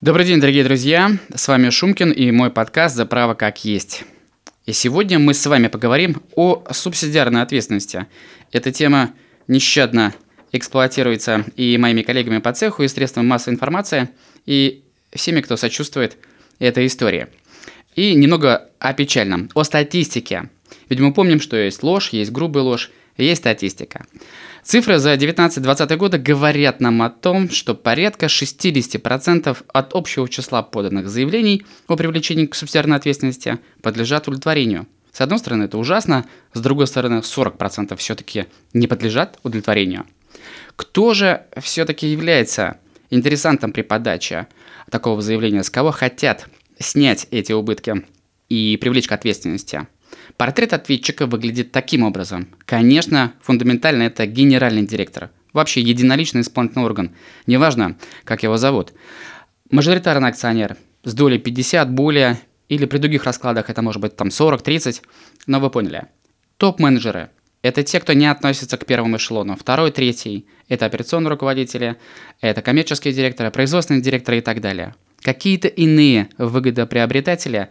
Добрый день, дорогие друзья! С вами Шумкин и мой подкаст «За право как есть». И сегодня мы с вами поговорим о субсидиарной ответственности. Эта тема нещадно эксплуатируется и моими коллегами по цеху, и средствами массовой информации, и всеми, кто сочувствует этой истории. И немного о печальном, о статистике. Ведь мы помним, что есть ложь, есть грубая ложь, есть статистика. Цифры за 19-20 годы говорят нам о том, что порядка 60% от общего числа поданных заявлений о привлечении к субсидиарной ответственности подлежат удовлетворению. С одной стороны, это ужасно, с другой стороны, 40% все-таки не подлежат удовлетворению. Кто же все-таки является интересантом при подаче такого заявления, с кого хотят снять эти убытки и привлечь к ответственности? Портрет ответчика выглядит таким образом. Конечно, фундаментально это генеральный директор. Вообще единоличный исполнительный орган. Неважно, как его зовут. Мажоритарный акционер с долей 50, более, или при других раскладах это может быть там 40-30, но вы поняли. Топ-менеджеры – это те, кто не относится к первому эшелону. Второй, третий – это операционные руководители, это коммерческие директоры, производственные директоры и так далее. Какие-то иные выгодоприобретатели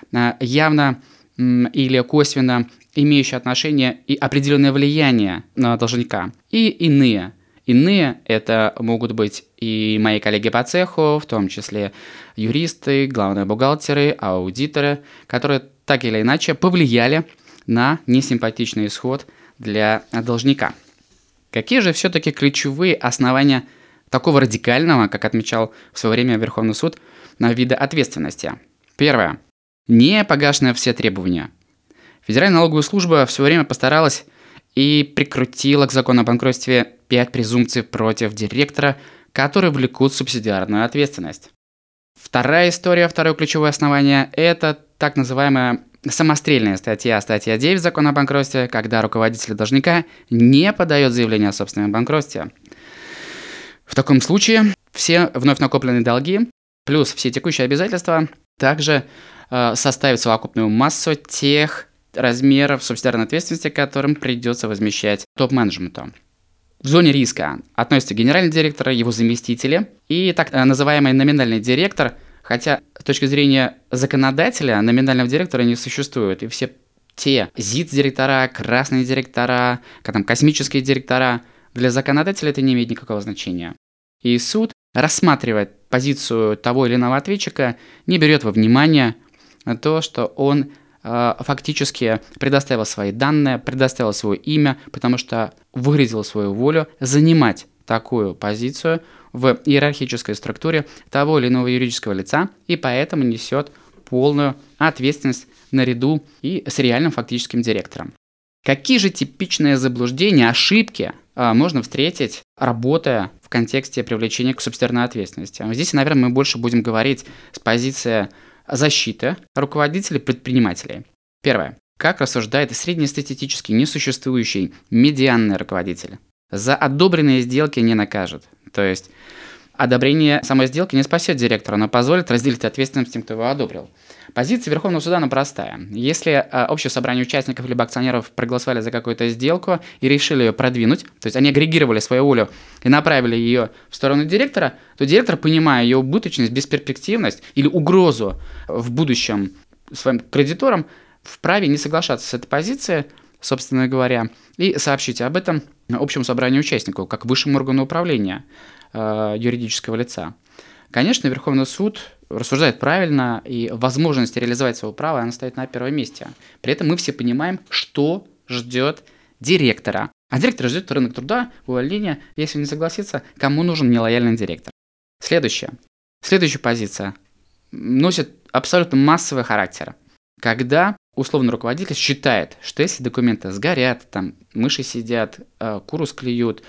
явно или косвенно имеющие отношение и определенное влияние на должника. И иные. Иные это могут быть и мои коллеги по цеху, в том числе юристы, главные бухгалтеры, аудиторы, которые так или иначе повлияли на несимпатичный исход для должника. Какие же все-таки ключевые основания такого радикального, как отмечал в свое время Верховный суд, вида ответственности? Первое. Не погашены все требования. Федеральная налоговая служба в свое время постаралась и прикрутила к закону о банкротстве 5 презумпций против директора, которые влекут субсидиарную ответственность. Вторая история, второе ключевое основание – это так называемая самострельная статья 9 закона о банкротстве, когда руководитель должника не подает заявление о собственном банкротстве. В таком случае все вновь накопленные долги плюс все текущие обязательства также составит совокупную массу тех размеров субсидиарной ответственности, которым придется возмещать топ-менеджменту. В зоне риска относятся генеральный директор, его заместители и так называемый номинальный директор, хотя с точки зрения законодателя номинального директора не существует, и все те ЗИЦ-директора, красные директора, космические директора, для законодателя это не имеет никакого значения. И суд, рассматривая позицию того или иного ответчика, не берет во внимание то, что он фактически предоставил свои данные, предоставил свое имя, потому что выразил свою волю занимать такую позицию в иерархической структуре того или иного юридического лица и поэтому несет полную ответственность наряду и с реальным фактическим директором. Какие же типичные заблуждения, ошибки можно встретить, работая в контексте привлечения к субсидиарной ответственности? Здесь, наверное, мы больше будем говорить с позиции защиты руководителей предпринимателей. Первое. Как рассуждает среднестатистически несуществующий медианный руководитель? За одобренные сделки не накажет. То есть одобрение самой сделки не спасет директора, но позволит разделить ответственность тем, кто его одобрил. Позиция Верховного суда, она простая. Если общее собрание участников либо акционеров проголосовали за какую-то сделку и решили ее продвинуть, то есть они агрегировали свою волю и направили ее в сторону директора, то директор, понимая ее убыточность, бесперспективность или угрозу в будущем своим кредиторам, вправе не соглашаться с этой позицией, собственно говоря, и сообщить об этом общему собранию участников, как высшему органу управления юридического лица. Конечно, Верховный суд рассуждает правильно, и возможность реализовать свое право, она стоит на первом месте. При этом мы все понимаем, что ждет директора. А директора ждет рынок труда, увольнение, если не согласится, кому нужен нелояльный директор. Следующая позиция носит абсолютно массовый характер. Когда условный руководитель считает, что если документы сгорят, там мыши сидят, куру склюют,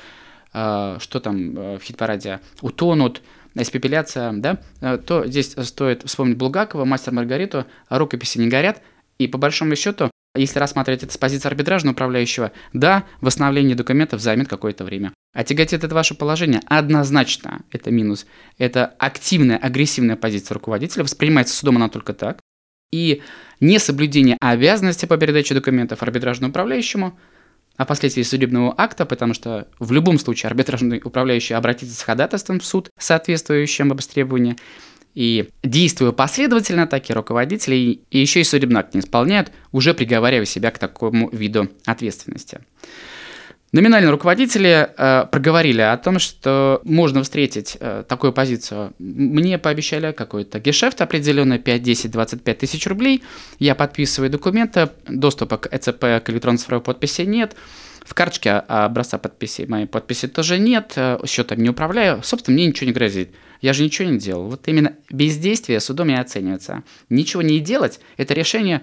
что там в хит-параде, утонут, испепеляться, да, то здесь стоит вспомнить Булгакова, «Мастер и Маргариту», рукописи не горят, и по большому счету, если рассматривать это с позиции арбитражного управляющего, да, восстановление документов займет какое-то время. А тяготит это ваше положение? Однозначно, это минус. Это активная, агрессивная позиция руководителя, воспринимается судом она только так, и несоблюдение обязанности по передаче документов арбитражному управляющему, а впоследствии судебного акта, потому что в любом случае арбитражный управляющий обратится с ходатайством в суд с соответствующим об требовании, И действуя последовательно, такие руководители и еще и судебный акт не исполняют, уже приговаривая себя к такому виду ответственности. Номинальные руководители проговорили о том, что можно встретить такую позицию. Мне пообещали какой-то гешефт определенный, 5, 10, 25 тысяч рублей. Я подписываю документы, доступа к ЭЦП, к электронной цифровой подписи нет. В карточке образца подписи моей подписи тоже нет, счетом не управляю. Собственно, мне ничего не грозит. Я же ничего не делал. Вот именно бездействие судом и оценивается. Ничего не делать – это решение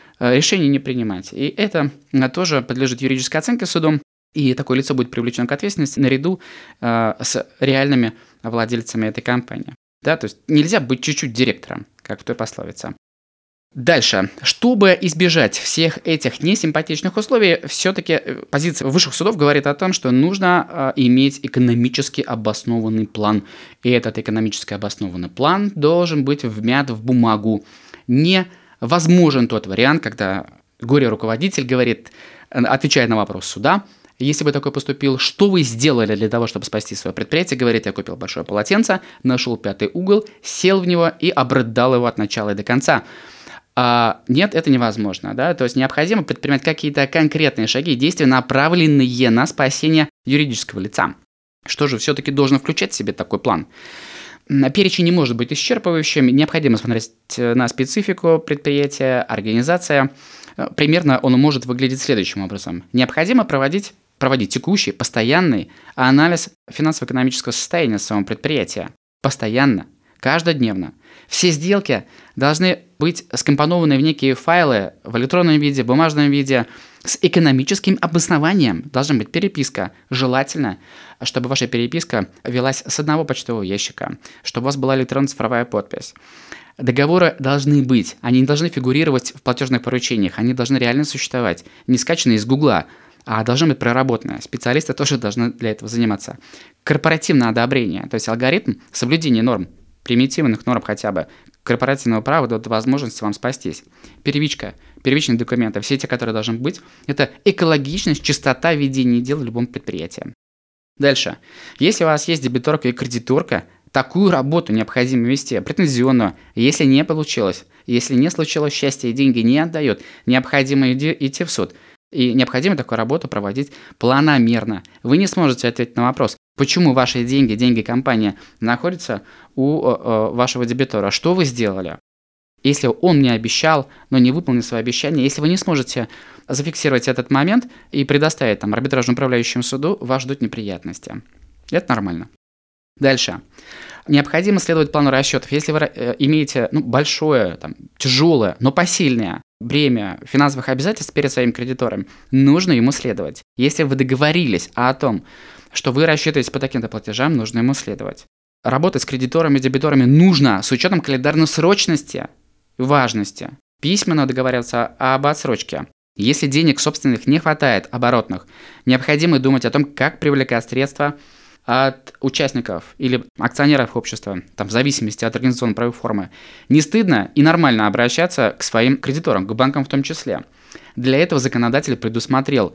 не принимать. И это тоже подлежит юридической оценке судом. И такое лицо будет привлечено к ответственности наряду с реальными владельцами этой компании. Да, то есть нельзя быть чуть-чуть директором, как в той пословице. Дальше. Чтобы избежать всех этих несимпатичных условий, все-таки позиция высших судов говорит о том, что нужно иметь экономически обоснованный план. И этот экономически обоснованный план должен быть вмят в бумагу. Невозможен тот вариант, когда горе-руководитель говорит, отвечая на вопрос суда, если бы такой поступил, что вы сделали для того, чтобы спасти свое предприятие? Говорит, я купил большое полотенце, нашел пятый угол, сел в него и обрыдал его от начала и до конца. Нет, это невозможно. Да? То есть необходимо предпринимать какие-то конкретные шаги и действия, направленные на спасение юридического лица. Что же все-таки должен включать в себе такой план? Перечень не может быть исчерпывающим, необходимо смотреть на специфику предприятия, организация. Примерно он может выглядеть следующим образом. Необходимо проводить текущий, постоянный анализ финансово-экономического состояния своего предприятия. Постоянно, каждодневно. Все сделки должны быть скомпонованы в некие файлы в электронном виде, в бумажном виде, с экономическим обоснованием. Должна быть переписка. Желательно, чтобы ваша переписка велась с одного почтового ящика, чтобы у вас была электронная цифровая подпись. Договоры должны быть, они не должны фигурировать в платежных поручениях, они должны реально существовать, не скачанные из Гугла, а должны быть проработаны. Специалисты тоже должны для этого заниматься. Корпоративное одобрение, то есть алгоритм соблюдения норм, примитивных норм хотя бы, корпоративного права дает возможность вам спастись. Первичные документы, все те, которые должны быть, это экологичность, чистота ведения дел в любом предприятии. Дальше. Если у вас есть дебиторка и кредиторка, такую работу необходимо вести, претензионную. Если не получилось, если не случилось счастье и деньги не отдают, необходимо идти в суд. И необходимо такую работу проводить планомерно. Вы не сможете ответить на вопрос, почему ваши деньги компании находятся у вашего дебитора. Что вы сделали? Если он мне обещал, но не выполнил свои обещания, если вы не сможете зафиксировать этот момент и предоставить арбитражному управляющему суду, вас ждут неприятности. Это нормально. Дальше. Необходимо следовать плану расчетов. Если вы имеете большое, тяжелое, но посильное бремя финансовых обязательств перед своим кредитором, нужно ему следовать. Если вы договорились о том, что вы рассчитываете по таким-то платежам, нужно ему следовать. Работать с кредиторами и дебиторами нужно с учетом календарной срочности и важности. Письменно договариваться об отсрочке. Если денег собственных не хватает, оборотных, необходимо думать о том, как привлекать средства от участников или акционеров общества, в зависимости от организационной правовой формы. Не стыдно и нормально обращаться к своим кредиторам, к банкам в том числе. Для этого законодатель предусмотрел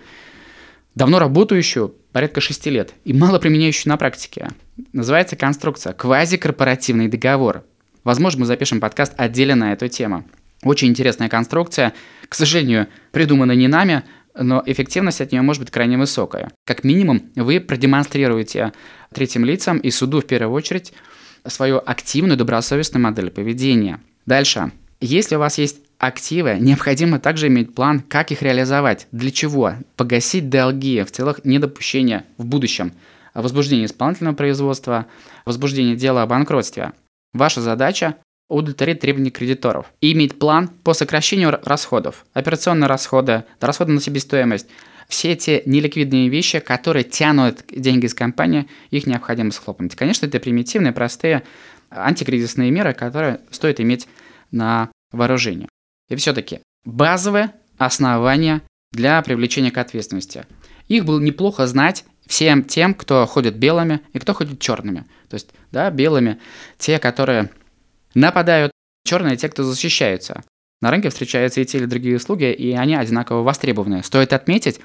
давно работающую, порядка 6 лет, и мало применяющую на практике. Называется конструкция «Квазикорпоративный договор». Возможно, мы запишем подкаст отдельно на эту тему. Очень интересная конструкция, к сожалению, придумана не нами, но эффективность от нее может быть крайне высокая. Как минимум, вы продемонстрируете третьим лицам и суду в первую очередь свою активную, добросовестную модель поведения. Дальше. Если у вас есть активы, необходимо также иметь план, как их реализовать. Для чего? Погасить долги в целях недопущения в будущем возбуждения исполнительного производства, возбуждения дела о банкротстве. Ваша задача – удовлетворить требования кредиторов и иметь план по сокращению расходов, операционные расходы, расходы на себестоимость. Все эти неликвидные вещи, которые тянут деньги из компании, их необходимо схлопнуть. Конечно, это примитивные, простые антикризисные меры, которые стоит иметь на вооружении. И все-таки базовые основания для привлечения к ответственности. Их было неплохо знать всем тем, кто ходит белыми и кто ходит черными. То есть, белыми те, которые нападают, черные те, кто защищаются. На рынке встречаются и те или другие услуги, и они одинаково востребованы. Стоит отметить,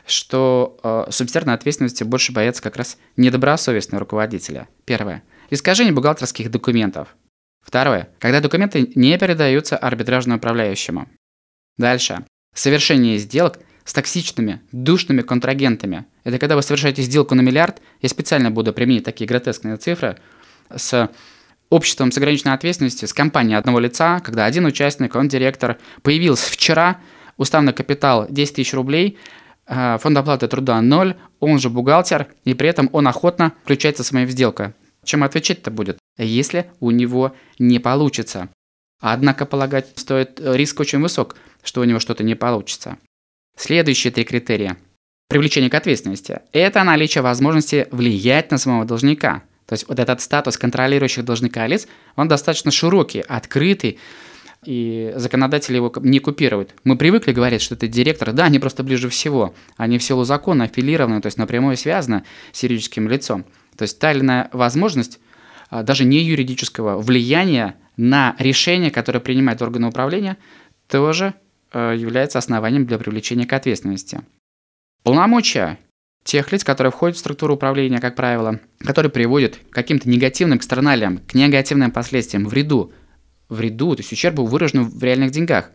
что субсидиарной ответственности больше боятся как раз недобросовестные руководители. Первое. Искажение бухгалтерских документов. Второе. Когда документы не передаются арбитражному управляющему. Дальше. Совершение сделок с токсичными, душными контрагентами. Это когда вы совершаете сделку на миллиард, я специально буду применить такие гротескные цифры, с обществом с ограниченной ответственностью, с компанией одного лица, когда один участник, он директор, появился вчера, уставный капитал 10 тысяч рублей, фонд оплаты труда 0, он же бухгалтер, и при этом он охотно включается с моей в сделку. Чем отвечать-то будет, если у него не получится? Однако полагать стоит, риск очень высок, что у него что-то не получится. Следующие 3 критерия. Привлечение к ответственности. Это наличие возможности влиять на самого должника. То есть вот этот статус контролирующих должника лиц, он достаточно широкий, открытый, и законодатели его не купируют. Мы привыкли говорить, что это директор, да, они просто ближе всего, они в силу закона аффилированы, то есть напрямую связаны с юридическим лицом. То есть та или иная возможность даже не юридического влияния на решение, которое принимает органы управления, тоже является основанием для привлечения к ответственности. Полномочия тех лиц, которые входят в структуру управления, как правило, которые приводят к каким-то негативным экстерналиям, к негативным последствиям, вреду, то есть ущербу, выраженному в реальных деньгах.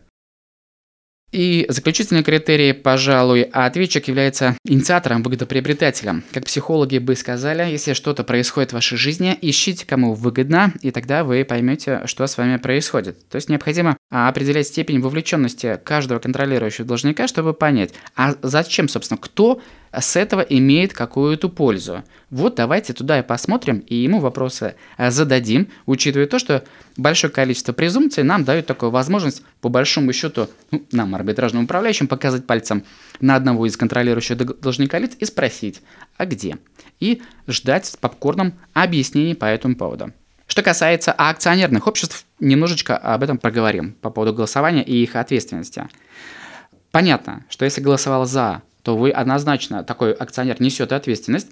И заключительный критерий, пожалуй, ответчик является инициатором, выгодоприобретателем. Как психологи бы сказали, если что-то происходит в вашей жизни, ищите, кому выгодно, и тогда вы поймете, что с вами происходит. То есть необходимо определять степень вовлеченности каждого контролирующего должника, чтобы понять, а зачем, собственно, кто с этого имеет какую-то пользу. Вот давайте туда и посмотрим, и ему вопросы зададим, учитывая то, что большое количество презумпций нам дают такую возможность, по большому счету, нам, арбитражным управляющим, показать пальцем на одного из контролирующих должника лиц и спросить, а где? И ждать с попкорном объяснений по этому поводу. Что касается акционерных обществ, немножечко об этом поговорим по поводу голосования и их ответственности. Понятно, что если голосовал «за», то вы однозначно, такой акционер несет ответственность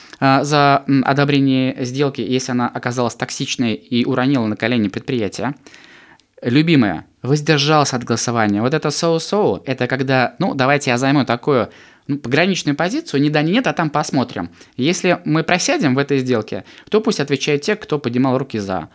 за одобрение сделки, если она оказалась токсичной и уронила на колени предприятие. Любимое, воздержался от голосования. Вот это so-so, это когда, давайте я займу такую пограничную позицию, ни да, ни нет, а там посмотрим. Если мы просядем в этой сделке, то пусть отвечают те, кто поднимал руки «за».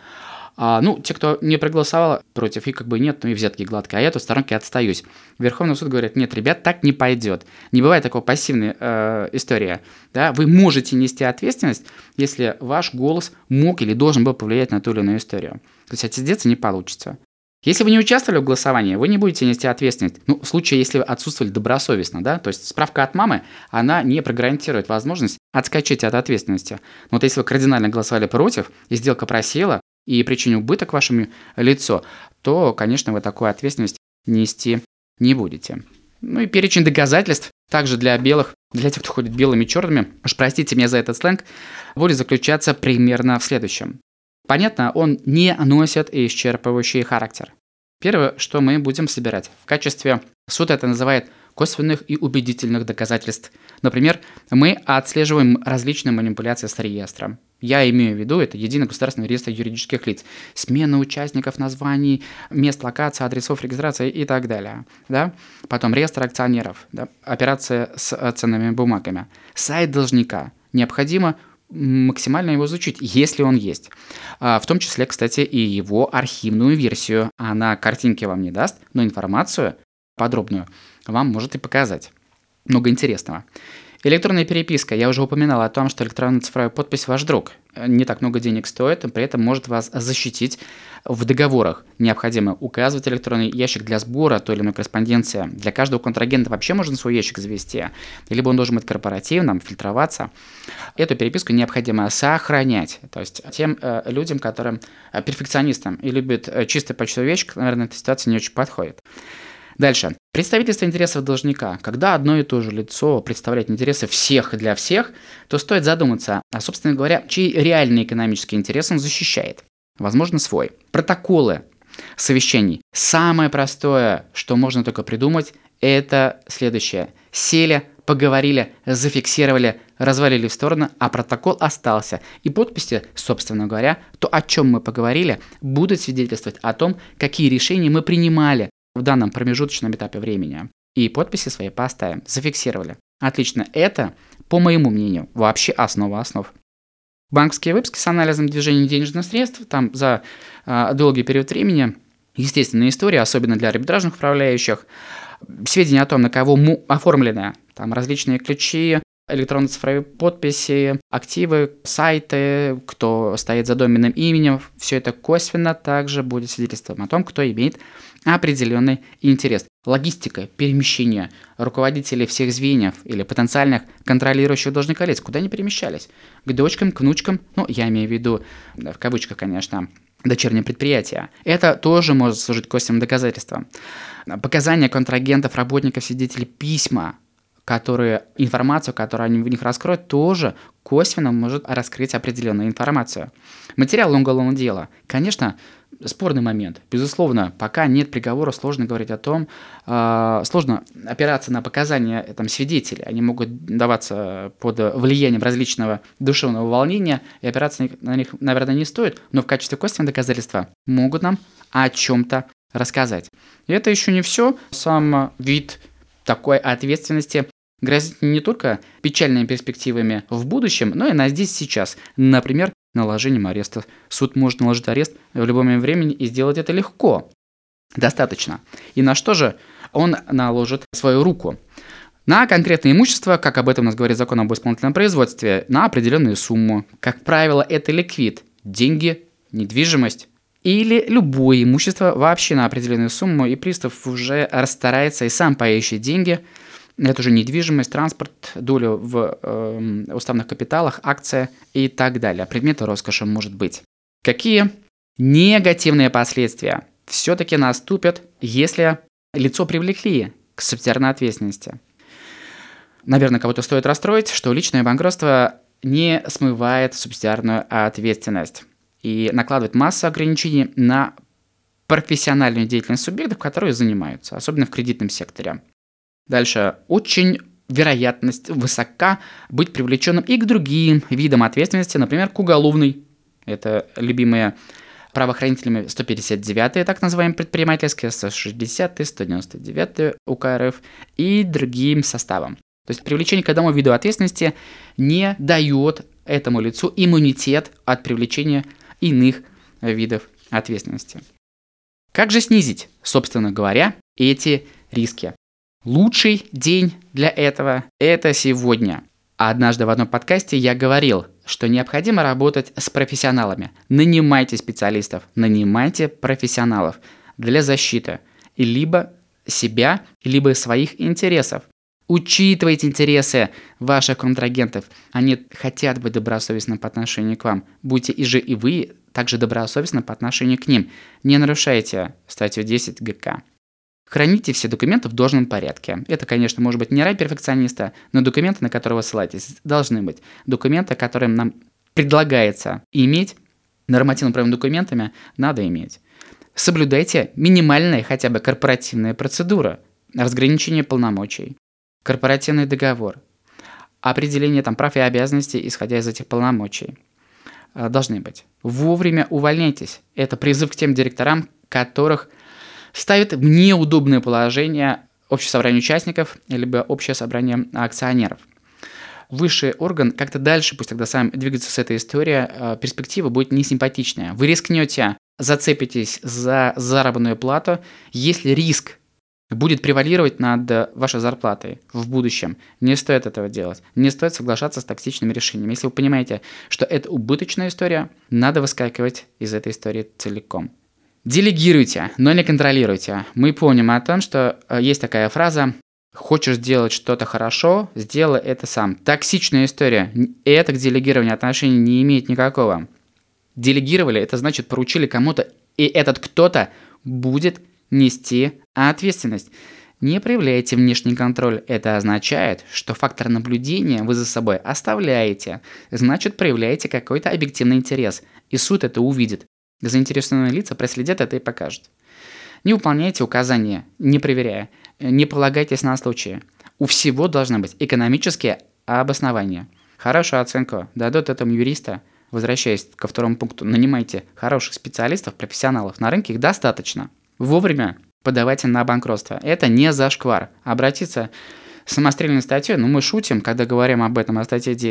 Те, кто не проголосовал против, и нет, и взятки гладко, а я тут в сторонке отстаюсь. Верховный суд говорит, нет, ребят, так не пойдет. Не бывает такой пассивной истории. Да? Вы можете нести ответственность, если ваш голос мог или должен был повлиять на ту или иную историю. То есть отсидеться не получится. Если вы не участвовали в голосовании, вы не будете нести ответственность. В случае, если вы отсутствовали добросовестно, да, то есть справка от мамы, она не прогарантирует возможность отскочить от ответственности. Но вот если вы кардинально голосовали против, и сделка просела, и причинил убыток вашему лицу, то, конечно, вы такую ответственность нести не будете. И перечень доказательств, также для белых, для тех, кто ходит белыми и черными, уж простите меня за этот сленг, будет заключаться примерно в следующем. Понятно, он не носит исчерпывающий характер. Первое, что мы будем собирать. В качестве суд это называет косвенных и убедительных доказательств. Например, мы отслеживаем различные манипуляции с реестром. Я имею в виду, это единый государственный реестр юридических лиц. Смена участников, названий, мест локации, адресов регистрации и так далее. Да? Потом реестр акционеров, да? Операция с ценными бумагами. Сайт должника. Необходимо максимально его изучить, если он есть. В том числе, кстати, и его архивную версию. Она картинки вам не даст, но информацию подробную вам может и показать. Много интересного. Электронная переписка. Я уже упоминал о том, что электронная цифровая подпись ваш друг. Не так много денег стоит, и при этом может вас защитить в договорах. Необходимо указывать электронный ящик для сбора той или иной корреспонденции. Для каждого контрагента вообще можно свой ящик завести. Либо он должен быть корпоративным, фильтроваться. Эту переписку необходимо сохранять. То есть тем людям, которым перфекционистам и любят чистый почтовый ящик, наверное, эта ситуация не очень подходит. Дальше. Представительство интересов должника. Когда одно и то же лицо представляет интересы всех для всех, то стоит задуматься, собственно говоря, чьи реальные экономические интересы он защищает. Возможно, свой. Протоколы совещаний. Самое простое, что можно только придумать, это следующее. Сели, поговорили, зафиксировали, развалили в сторону, а протокол остался. И подписи, собственно говоря, то, о чем мы поговорили, будут свидетельствовать о том, какие решения мы принимали в данном промежуточном этапе времени. И подписи свои поставим, зафиксировали. Отлично. Это, по моему мнению, вообще основа основ. банковские выписки с анализом движения денежных средств, там за долгий период времени, естественная история, особенно для арбитражных управляющих, сведения о том, на кого оформлены там различные ключи, электронно-цифровые подписи, активы, сайты, кто стоит за доменным именем, все это косвенно также будет свидетельством о том, кто имеет определенный интерес. Логистика, перемещение руководителей всех звеньев или потенциальных контролирующих должностных лиц, куда они перемещались? К дочкам, к внучкам, я имею в виду, в кавычках, конечно, дочерние предприятия. Это тоже может служить косвенным доказательством. Показания контрагентов, работников, свидетелей, письма, информацию, которую они в них раскроют, тоже косвенно может раскрыть определенную информацию. Материал уголовного дела. Конечно, спорный момент. Безусловно, пока нет приговора, сложно говорить о том, сложно опираться на показания свидетелей. Они могут даваться под влиянием различного душевного волнения, и опираться на них, наверное, не стоит, но в качестве косвенного доказательства могут нам о чем-то рассказать. И это еще не все. Сам вид такой ответственности грозит не только печальными перспективами в будущем, но и на здесь сейчас. Например, наложением ареста. Суд может наложить арест в любое время времени и сделать это легко. Достаточно. И на что же он наложит свою руку? На конкретное имущество, как об этом у нас говорит закон об исполнительном производстве, на определенную сумму. Как правило, это ликвид, деньги, недвижимость или любое имущество вообще на определенную сумму, и пристав уже расстарается и сам поищет деньги. Это уже недвижимость, транспорт, долю в уставных капиталах, акция и так далее. Предметы роскоши может быть. Какие негативные последствия все-таки наступят, если лицо привлекли к субсидиарной ответственности? Наверное, кого-то стоит расстроить, что личное банкротство не смывает субсидиарную ответственность и накладывает массу ограничений на профессиональную деятельность субъектов, которые занимаются, особенно в кредитном секторе. Дальше. Очень вероятность высока быть привлеченным и к другим видам ответственности, например, к уголовной. Это любимые правоохранителями 159-е, так называемые предпринимательские, 160-е, 199-е УК РФ и другим составам. То есть привлечение к одному виду ответственности не дает этому лицу иммунитет от привлечения иных видов ответственности. Как же снизить, собственно говоря, эти риски? Лучший день для этого – это сегодня. Однажды в одном подкасте я говорил, что необходимо работать с профессионалами. Нанимайте специалистов, нанимайте профессионалов для защиты и либо себя, либо своих интересов. Учитывайте интересы ваших контрагентов. Они хотят быть добросовестны по отношению к вам. Будьте и вы также добросовестны по отношению к ним. Не нарушайте статью 10 ГК. Храните все документы в должном порядке. Это, конечно, может быть не рай перфекциониста, но документы, на которые вы ссылаетесь, должны быть. Документы, которые нам предлагается иметь, нормативно-правовыми документами надо иметь. Соблюдайте минимальные хотя бы корпоративные процедуры, разграничение полномочий, корпоративный договор, определение прав и обязанностей, исходя из этих полномочий. Должны быть. Вовремя увольняйтесь. Это призыв к тем директорам, которых ставит в неудобное положение общее собрание участников либо общее собрание акционеров. Высший орган как-то дальше, пусть тогда сам двигается с этой историей, перспектива будет несимпатичная. Вы рискнете, зацепитесь за заработную плату, если риск будет превалировать над вашей зарплатой в будущем. Не стоит этого делать. Не стоит соглашаться с токсичными решениями. Если вы понимаете, что это убыточная история, надо выскакивать из этой истории целиком. Делегируйте, но не контролируйте. Мы помним о том, что есть такая фраза: хочешь сделать что-то хорошо, сделай это сам. Токсичная история. Это к делегированию отношения не имеет никакого. Делегировали, это значит поручили кому-то, и этот кто-то будет нести ответственность. Не проявляйте внешний контроль. Это означает, что фактор наблюдения вы за собой оставляете. Значит, проявляете какой-то объективный интерес. И суд это увидит. Заинтересованные лица проследят это и покажут. Не выполняйте указания, не проверяя. Не полагайтесь на случаи. У всего должны быть экономические обоснования. Хорошую оценку дадут этому юриста. Возвращаясь ко второму пункту, нанимайте хороших специалистов, профессионалов. На рынке их достаточно. Вовремя подавайте на банкротство. Это не зашквар. Обратиться с самострельной статьей, мы шутим, когда говорим об этом, о статье 9.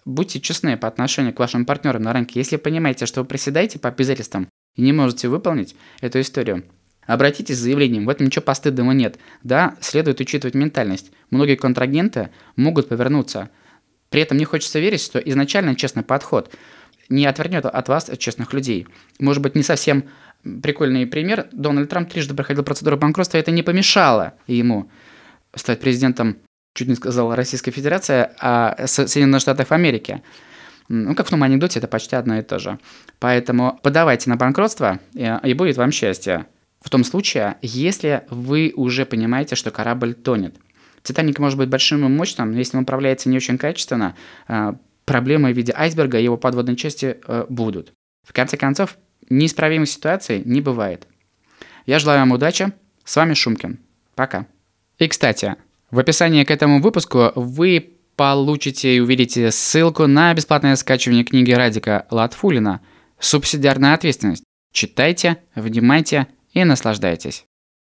будьте честны по отношению к вашим партнерам на рынке. Если понимаете, что вы приседаете по обязательствам и не можете выполнить эту историю, обратитесь с заявлением, в этом ничего постыдного нет. Да, следует учитывать ментальность. Многие контрагенты могут повернуться. При этом мне хочется верить, что изначально честный подход не отвернет от вас честных людей. Может быть, не совсем прикольный пример. Дональд Трамп трижды проходил процедуру банкротства, и это не помешало ему стать президентом, чуть не сказал Российской Федерации, а Соединенных Штатов Америки. Ну, как в том анекдоте, это почти одно и то же. Поэтому подавайте на банкротство, и будет вам счастье. В том случае, если вы уже понимаете, что корабль тонет. Титаник может быть большим и мощным, но если он управляется не очень качественно, проблемы в виде айсберга и его подводной части будут. В конце концов, неисправимой ситуации не бывает. Я желаю вам удачи. С вами Шумкин. Пока. И, кстати, в описании к этому выпуску вы получите и увидите ссылку на бесплатное скачивание книги Радика Латфуллина «Субсидиарная ответственность». Читайте, внимайте и наслаждайтесь.